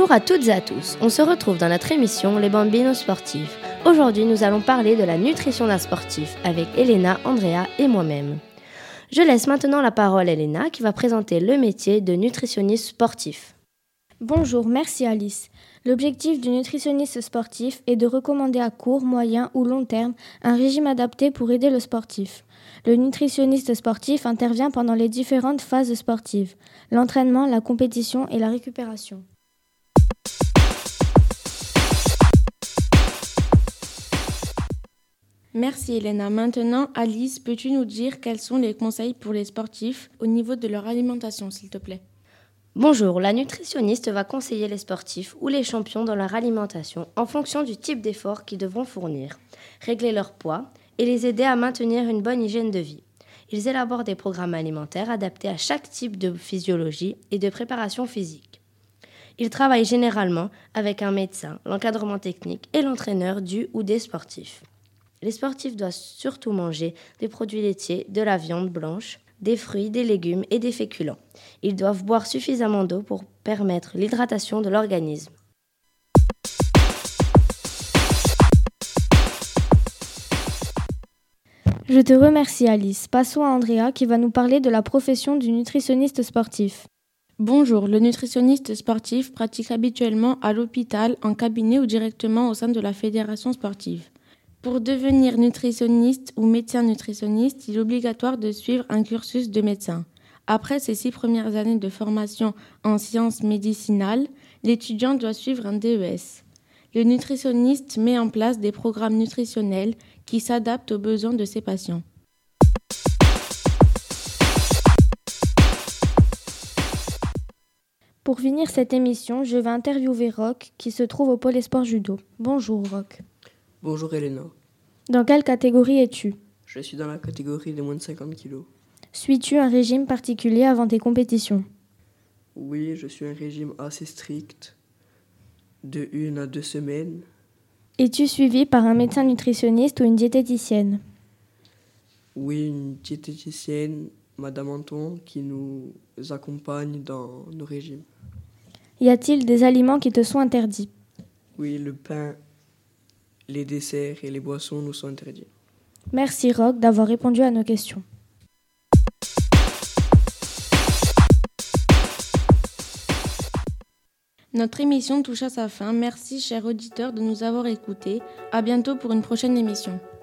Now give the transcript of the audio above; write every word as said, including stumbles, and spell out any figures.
Bonjour à toutes et à tous, on se retrouve dans notre émission Les Bambinos sportifs. Aujourd'hui, nous allons parler de la nutrition d'un sportif avec Elena, Andrea et moi-même. Je laisse maintenant la parole à Elena qui va présenter le métier de nutritionniste sportif. Bonjour, merci Alice. L'objectif du nutritionniste sportif est de recommander à court, moyen ou long terme un régime adapté pour aider le sportif. Le nutritionniste sportif intervient pendant les différentes phases sportives, l'entraînement, la compétition et la récupération. Merci Elena. Maintenant, Alice, peux-tu nous dire quels sont les conseils pour les sportifs au niveau de leur alimentation, s'il te plaît ? Bonjour, la nutritionniste va conseiller les sportifs ou les champions dans leur alimentation en fonction du type d'effort qu'ils devront fournir, régler leur poids et les aider à maintenir une bonne hygiène de vie. Ils élaborent des programmes alimentaires adaptés à chaque type de physiologie et de préparation physique. Ils travaillent généralement avec un médecin, l'encadrement technique et l'entraîneur du ou des sportifs. Les sportifs doivent surtout manger des produits laitiers, de la viande blanche, des fruits, des légumes et des féculents. Ils doivent boire suffisamment d'eau pour permettre l'hydratation de l'organisme. Je te remercie Alice. Passons à Andrea qui va nous parler de la profession du nutritionniste sportif. Bonjour, le nutritionniste sportif pratique habituellement à l'hôpital, en cabinet ou directement au sein de la fédération sportive. Pour devenir nutritionniste ou médecin nutritionniste, il est obligatoire de suivre un cursus de médecin. Après ses six premières années de formation en sciences médicinales, l'étudiant doit suivre un D E S. Le nutritionniste met en place des programmes nutritionnels qui s'adaptent aux besoins de ses patients. Pour finir cette émission, je vais interviewer Roch qui se trouve au Pôle Sport Judo. Bonjour Roch. Bonjour Elena. Dans quelle catégorie es-tu ? Je suis dans la catégorie des moins de cinquante kilos. Suis-tu un régime particulier avant tes compétitions ? Oui, je suis un régime assez strict, de une à deux semaines. Es-tu suivi par un médecin nutritionniste ou une diététicienne ? Oui, une diététicienne, Madame Anton, qui nous accompagne dans nos régimes. Y a-t-il des aliments qui te sont interdits ? Oui, le pain, les desserts et les boissons nous sont interdits. Merci Roch d'avoir répondu à nos questions. Notre émission touche à sa fin. Merci chers auditeurs de nous avoir écoutés. À bientôt pour une prochaine émission.